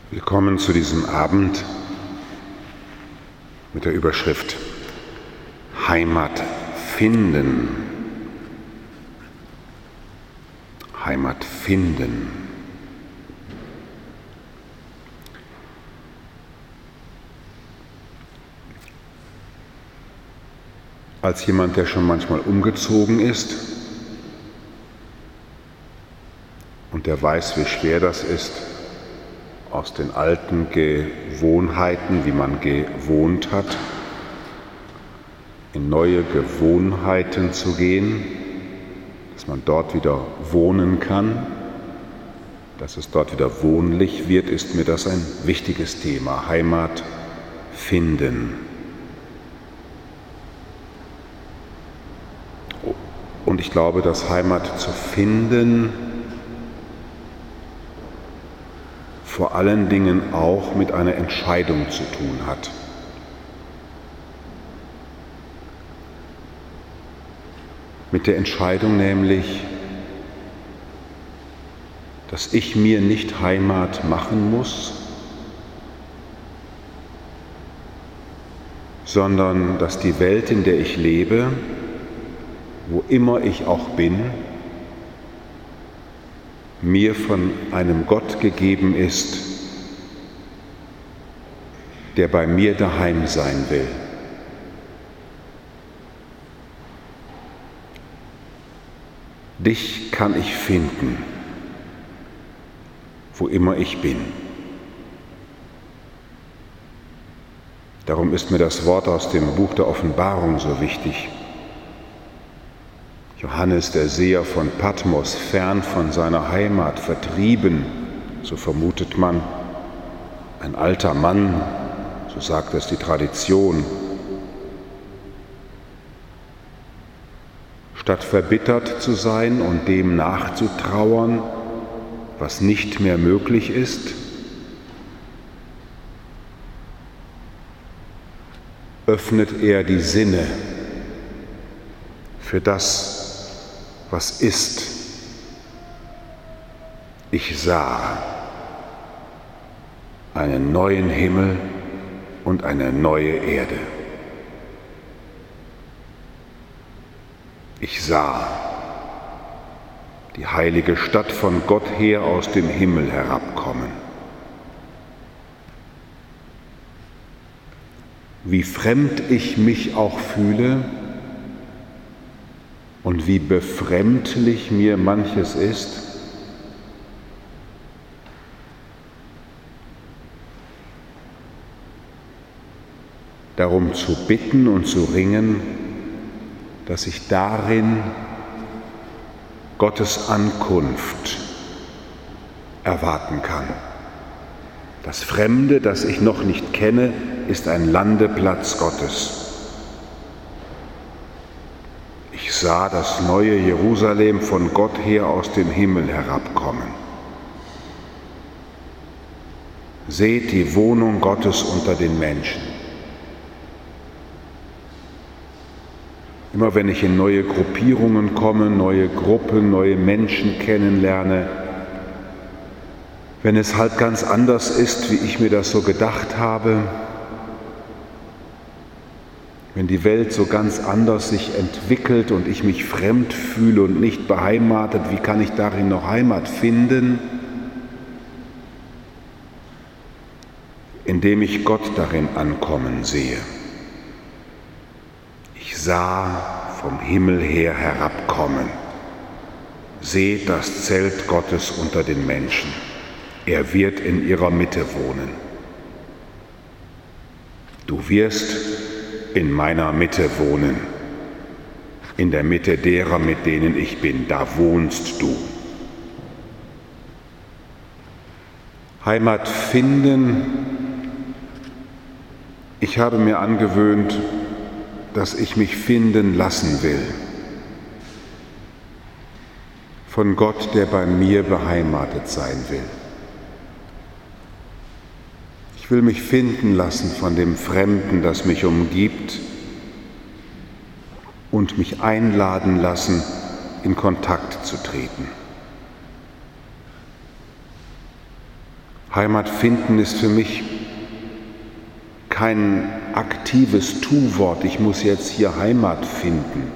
Wir kommen zu diesem Abend mit der Überschrift Heimat finden. Heimat finden. Als jemand, der schon manchmal umgezogen ist und der weiß, wie schwer das ist, aus den alten Gewohnheiten, wie man gewohnt hat, in neue Gewohnheiten zu gehen, dass man dort wieder wohnen kann, dass es dort wieder wohnlich wird, ist mir das ein wichtiges Thema. Heimat finden. Und ich glaube, dass Heimat zu finden vor allen Dingen auch mit einer Entscheidung zu tun hat. Mit der Entscheidung nämlich, dass ich mir nicht Heimat machen muss, sondern dass die Welt, in der ich lebe, wo immer ich auch bin, mir von einem Gott gegeben ist, der bei mir daheim sein will. Dich kann ich finden, wo immer ich bin. Darum ist mir das Wort aus dem Buch der Offenbarung so wichtig. Johannes, der Seher von Patmos, fern von seiner Heimat, vertrieben, so vermutet man, ein alter Mann, so sagt es die Tradition. Statt verbittert zu sein und dem nachzutrauern, was nicht mehr möglich ist, öffnet er die Sinne für das, was ist. Ich sah einen neuen Himmel und eine neue Erde. Ich sah die heilige Stadt von Gott her aus dem Himmel herabkommen. Wie fremd ich mich auch fühle und wie befremdlich mir manches ist, darum zu bitten und zu ringen, dass ich darin Gottes Ankunft erwarten kann. Das Fremde, das ich noch nicht kenne, ist ein Landeplatz Gottes. Ich sah das neue Jerusalem von Gott her aus dem Himmel herabkommen. Seht die Wohnung Gottes unter den Menschen. Immer wenn ich in neue Gruppierungen komme, neue Gruppen, neue Menschen kennenlerne, wenn es halt ganz anders ist, wie ich mir das so gedacht habe, wenn die Welt so ganz anders sich entwickelt und ich mich fremd fühle und nicht beheimatet, wie kann ich darin noch Heimat finden? Indem ich Gott darin ankommen sehe. Ich sah vom Himmel her herabkommen. Seht das Zelt Gottes unter den Menschen. Er wird in ihrer Mitte wohnen. Du wirst in meiner Mitte wohnen, in der Mitte derer, mit denen ich bin, da wohnst du. Heimat finden, ich habe mir angewöhnt, dass ich mich finden lassen will. Von Gott, der bei mir beheimatet sein will. Ich will mich finden lassen von dem Fremden, das mich umgibt, und mich einladen lassen, in Kontakt zu treten. Heimat finden ist für mich kein aktives Tu-Wort, ich muss jetzt hier Heimat finden,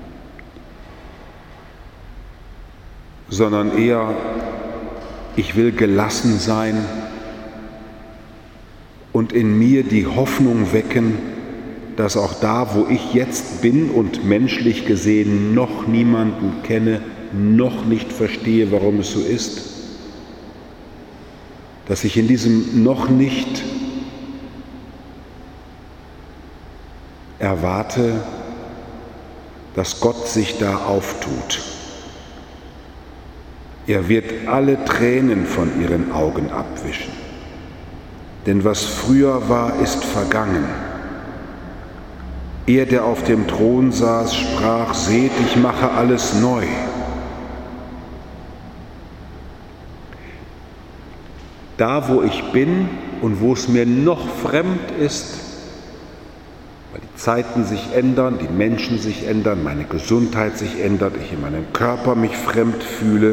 sondern eher, ich will gelassen sein und in mir die Hoffnung wecken, dass auch da, wo ich jetzt bin und menschlich gesehen noch niemanden kenne, noch nicht verstehe, warum es so ist, dass ich in diesem noch nicht erwarte, dass Gott sich da auftut. Er wird alle Tränen von ihren Augen abwischen. Denn was früher war, ist vergangen. Er, der auf dem Thron saß, sprach: Seht, ich mache alles neu. Da, wo ich bin und wo es mir noch fremd ist, weil die Zeiten sich ändern, die Menschen sich ändern, meine Gesundheit sich ändert, ich in meinem Körper mich fremd fühle,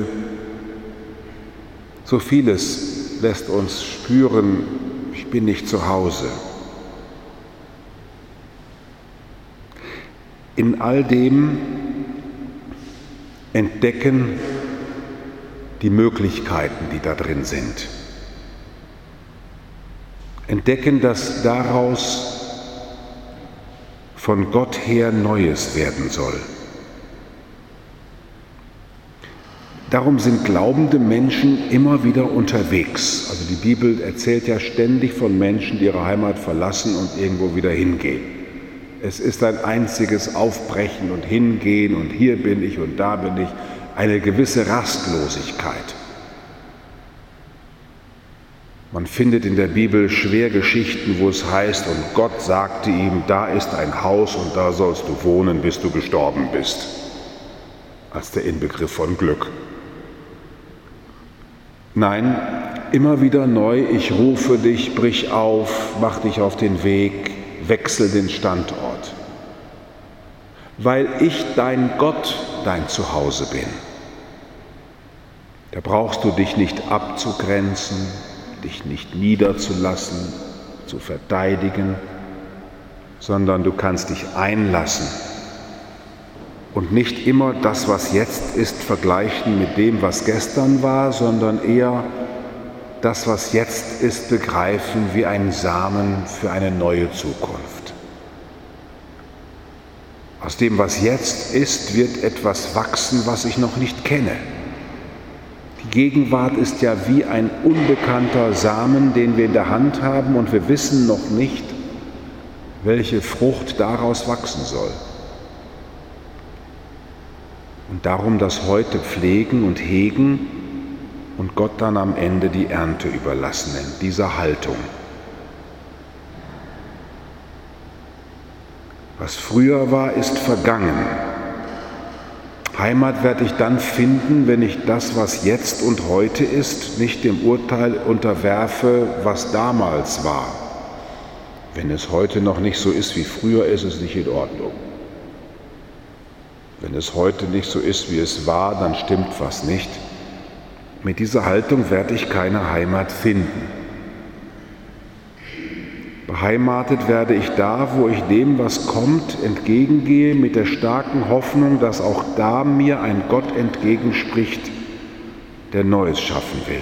so vieles lässt uns spüren, ich bin nicht zu Hause. In all dem entdecken die Möglichkeiten, die da drin sind. Entdecken, dass daraus von Gott her Neues werden soll. Darum sind glaubende Menschen immer wieder unterwegs. Also die Bibel erzählt ja ständig von Menschen, die ihre Heimat verlassen und irgendwo wieder hingehen. Es ist ein einziges Aufbrechen und Hingehen und hier bin ich und da bin ich, eine gewisse Rastlosigkeit. Man findet in der Bibel schwer Geschichten, wo es heißt, und Gott sagte ihm, da ist ein Haus und da sollst du wohnen, bis du gestorben bist. Als der Inbegriff von Glück. Nein, immer wieder neu, ich rufe dich, brich auf, mach dich auf den Weg, wechsel den Standort. Weil ich dein Gott, dein Zuhause bin. Da brauchst du dich nicht abzugrenzen, dich nicht niederzulassen, zu verteidigen, sondern du kannst dich einlassen und nicht immer das, was jetzt ist, vergleichen mit dem, was gestern war, sondern eher das, was jetzt ist, begreifen wie ein Samen für eine neue Zukunft. Aus dem, was jetzt ist, wird etwas wachsen, was ich noch nicht kenne. Die Gegenwart ist ja wie ein unbekannter Samen, den wir in der Hand haben und wir wissen noch nicht, welche Frucht daraus wachsen soll. Und darum das Heute pflegen und hegen und Gott dann am Ende die Ernte überlassen in dieser Haltung. Was früher war, ist vergangen. Heimat werde ich dann finden, wenn ich das, was jetzt und heute ist, nicht dem Urteil unterwerfe, was damals war. Wenn es heute noch nicht so ist wie früher, ist es nicht in Ordnung. Wenn es heute nicht so ist, wie es war, dann stimmt was nicht. Mit dieser Haltung werde ich keine Heimat finden. Beheimatet werde ich da, wo ich dem, was kommt, entgegengehe, mit der starken Hoffnung, dass auch da mir ein Gott entgegenspricht, der Neues schaffen will.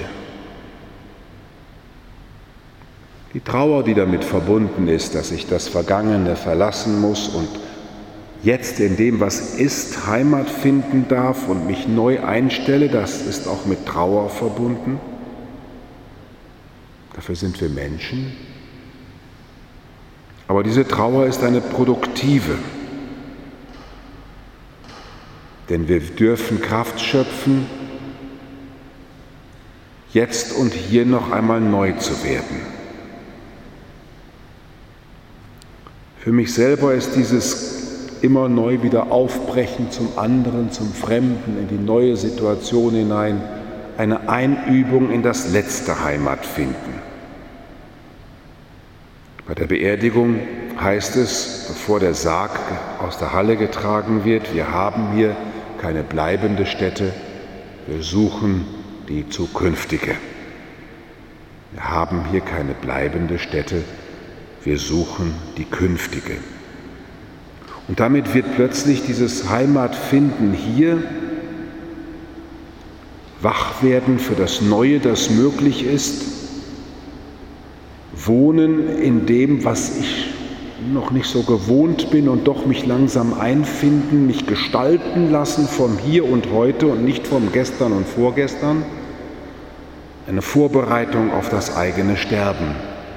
Die Trauer, die damit verbunden ist, dass ich das Vergangene verlassen muss und jetzt in dem, was ist, Heimat finden darf und mich neu einstelle, das ist auch mit Trauer verbunden. Dafür sind wir Menschen. Aber diese Trauer ist eine produktive, denn wir dürfen Kraft schöpfen, jetzt und hier noch einmal neu zu werden. Für mich selber ist dieses immer neu wieder Aufbrechen zum anderen, zum Fremden, in die neue Situation hinein, eine Einübung in das letzte Heimatfinden. Bei der Beerdigung heißt es, bevor der Sarg aus der Halle getragen wird, wir haben hier keine bleibende Stätte, wir suchen die zukünftige. Wir haben hier keine bleibende Stätte, wir suchen die künftige. Und damit wird plötzlich dieses Heimatfinden hier, Wachwerden für das Neue, das möglich ist, Wohnen in dem, was ich noch nicht so gewohnt bin und doch mich langsam einfinden, mich gestalten lassen vom Hier und Heute und nicht vom Gestern und Vorgestern, eine Vorbereitung auf das eigene Sterben,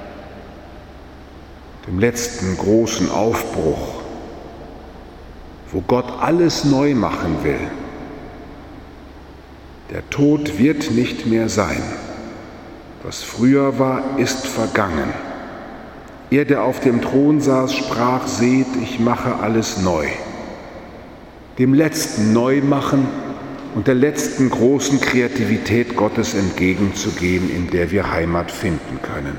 dem letzten großen Aufbruch, wo Gott alles neu machen will. Der Tod wird nicht mehr sein. Was früher war, ist vergangen. Er, der auf dem Thron saß, sprach: Seht, ich mache alles neu. Dem letzten Neumachen und der letzten großen Kreativität Gottes entgegenzugehen, in der wir Heimat finden können.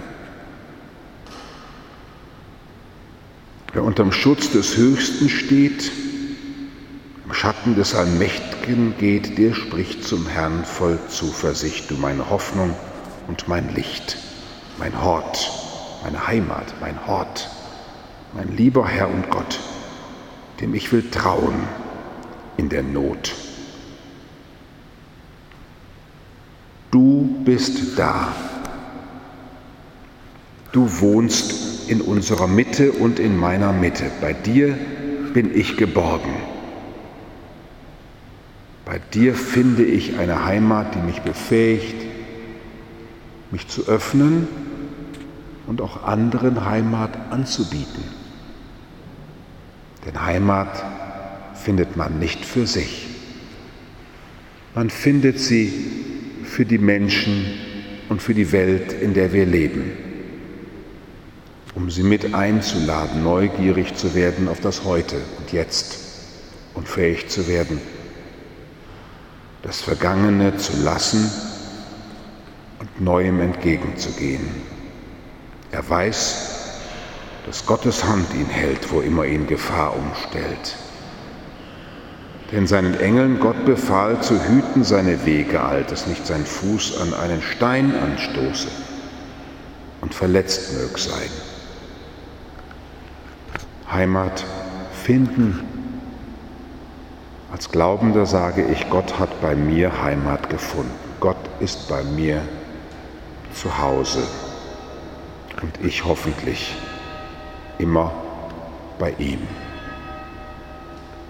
Wer unterm Schutz des Höchsten steht, im Schatten des Allmächtigen geht, der spricht zum Herrn voll Zuversicht: Du meine Hoffnung und mein Licht, mein Hort, meine Heimat, mein Hort, mein lieber Herr und Gott, dem ich will trauen in der Not. Du bist da. Du wohnst in unserer Mitte und in meiner Mitte. Bei dir bin ich geborgen. Bei dir finde ich eine Heimat, die mich befähigt, mich zu öffnen und auch anderen Heimat anzubieten. Denn Heimat findet man nicht für sich. Man findet sie für die Menschen und für die Welt, in der wir leben, um sie mit einzuladen, neugierig zu werden auf das Heute und Jetzt und fähig zu werden, das Vergangene zu lassen und Neuem entgegenzugehen. Er weiß, dass Gottes Hand ihn hält, wo immer ihn Gefahr umstellt. Denn seinen Engeln Gott befahl, zu hüten seine Wege, dass nicht sein Fuß an einen Stein anstoße und verletzt mög sein. Heimat finden. Als Glaubender sage ich, Gott hat bei mir Heimat gefunden. Gott ist bei mir zu Hause und ich hoffentlich immer bei ihm.